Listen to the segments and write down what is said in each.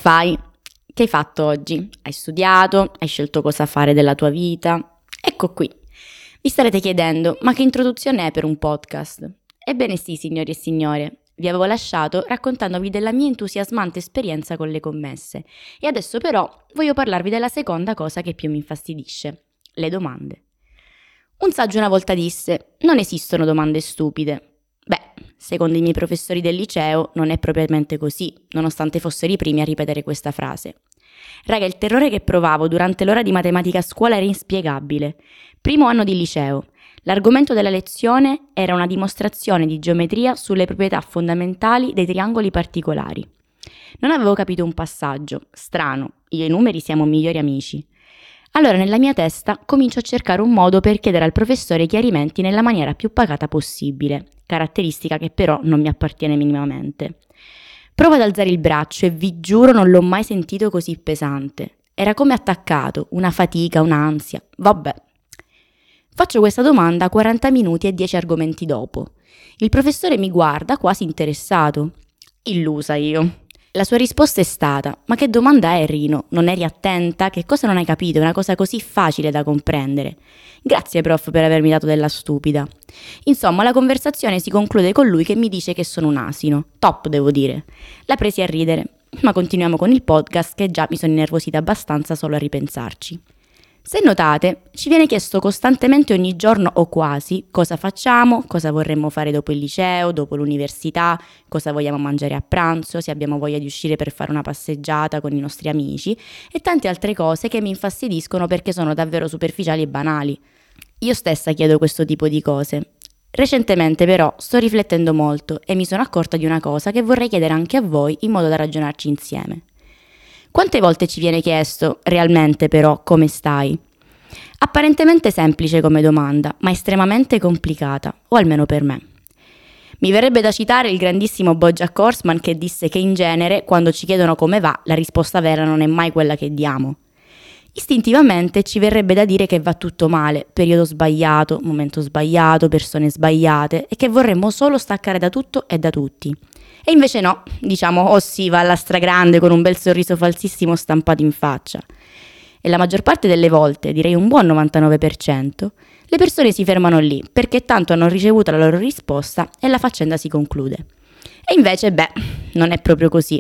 fai? Che hai fatto oggi? Hai studiato? Hai scelto cosa fare della tua vita? Ecco qui. Vi starete chiedendo, ma che introduzione è per un podcast? Ebbene sì, signori e signore, vi avevo lasciato raccontandovi della mia entusiasmante esperienza con le commesse e adesso però voglio parlarvi della seconda cosa che più mi infastidisce, le domande. Un saggio una volta disse, non esistono domande stupide. Beh, secondo i miei professori del liceo non è propriamente così, nonostante fossero i primi a ripetere questa frase. Raga, il terrore che provavo durante l'ora di matematica a scuola era inspiegabile. Primo anno di liceo. L'argomento della lezione era una dimostrazione di geometria sulle proprietà fondamentali dei triangoli particolari. Non avevo capito un passaggio. Strano, io e i numeri siamo migliori amici. Allora nella mia testa comincio a cercare un modo per chiedere al professore chiarimenti nella maniera più pacata possibile, caratteristica che però non mi appartiene minimamente. Provo ad alzare il braccio e vi giuro non l'ho mai sentito così pesante. Era come attaccato, una fatica, un'ansia, vabbè. Faccio questa domanda 40 minuti e 10 argomenti dopo. Il professore mi guarda quasi interessato. Illusa io. La sua risposta è stata, ma che domanda è Rino? Non eri attenta? Che cosa non hai capito? È una cosa così facile da comprendere. Grazie prof per avermi dato della stupida. Insomma, la conversazione si conclude con lui che mi dice che sono un asino. Top, devo dire. La presi a ridere, ma continuiamo con il podcast che già mi sono innervosita abbastanza solo a ripensarci. Se notate, ci viene chiesto costantemente ogni giorno o quasi cosa facciamo, cosa vorremmo fare dopo il liceo, dopo l'università, cosa vogliamo mangiare a pranzo, se abbiamo voglia di uscire per fare una passeggiata con i nostri amici e tante altre cose che mi infastidiscono perché sono davvero superficiali e banali. Io stessa chiedo questo tipo di cose. Recentemente però sto riflettendo molto e mi sono accorta di una cosa che vorrei chiedere anche a voi in modo da ragionarci insieme. Quante volte ci viene chiesto, realmente però, come stai? Apparentemente semplice come domanda, ma estremamente complicata, o almeno per me. Mi verrebbe da citare il grandissimo Bojack Horseman che disse che in genere, quando ci chiedono come va, la risposta vera non è mai quella che diamo. Istintivamente ci verrebbe da dire che va tutto male, periodo sbagliato, momento sbagliato, persone sbagliate e che vorremmo solo staccare da tutto e da tutti. E invece no, diciamo oh sì, va alla stragrande con un bel sorriso falsissimo stampato in faccia. E la maggior parte delle volte, direi un buon 99%, le persone si fermano lì perché tanto hanno ricevuto la loro risposta e la faccenda si conclude. E invece, non è proprio così.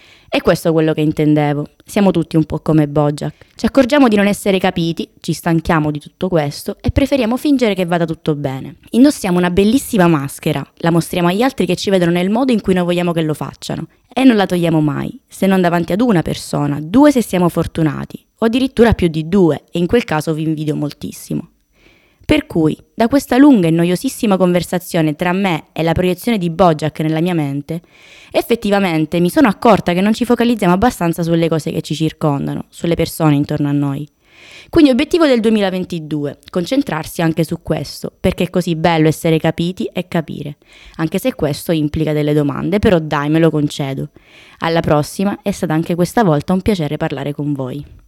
E questo è quello che intendevo. Siamo tutti un po' come Bojack. Ci accorgiamo di non essere capiti, ci stanchiamo di tutto questo e preferiamo fingere che vada tutto bene. Indossiamo una bellissima maschera, la mostriamo agli altri che ci vedono nel modo in cui noi vogliamo che lo facciano e non la togliamo mai, se non davanti ad una persona, 2 se siamo fortunati, o addirittura più di 2 e in quel caso vi invidio moltissimo. Per cui, da questa lunga e noiosissima conversazione tra me e la proiezione di Bojack nella mia mente, effettivamente mi sono accorta che non ci focalizziamo abbastanza sulle cose che ci circondano, sulle persone intorno a noi. Quindi obiettivo del 2022, concentrarsi anche su questo, perché è così bello essere capiti e capire, anche se questo implica delle domande, però dai, me lo concedo. Alla prossima, è stato anche questa volta un piacere parlare con voi.